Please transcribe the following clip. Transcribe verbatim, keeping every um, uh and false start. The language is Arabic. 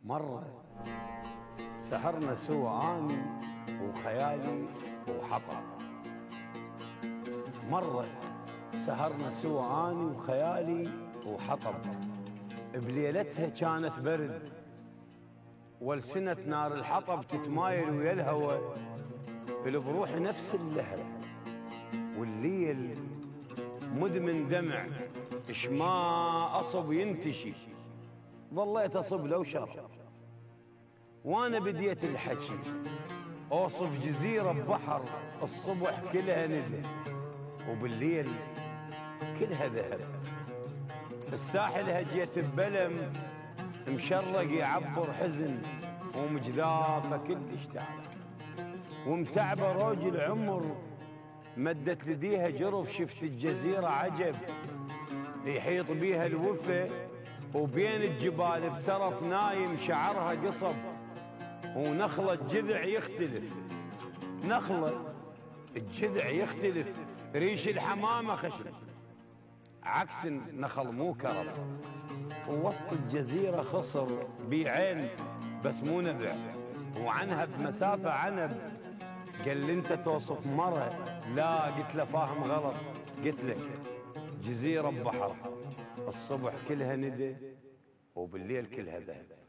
مرة سهرنا سوا أني وخيالي وحطب. مرة سهرنا سوا أني وخيالي وحطب، بليلتها كانت برد والسنة نار الحطب تتمايل ويا الهوى، البروح نفس اللهب والليل مدمن دمع، اش ما اصب ينتشي، ظليت اصب لو شر. وانا بديت الحكي اوصف جزيره ببحر، الصبح كلها ندى وبالليل كلها ذهب. الساحل هجيت ببلم مشرق يعبر حزن، ومجذافه كلش تعب، ومتعبه روج العمر مدت لديها جرف. شفت الجزيره عجب يحيط بيها الوفا، وبين الجبال بترف نايم شعرها قصب، ونخلة جذع يختلف. نخلة الجذع يختلف، ريش الحمامة خشب عكس النخل مو كرب. ووسط الجزيرة خصر بيعين بس مو نبع، وعنها بمسافة عنب. قال لي انت توصف مرة، لا قلت له فاهم غلط، قلت لك جزيرة ببحر، الصبح كلها ندى وبالليل كلها ذهب.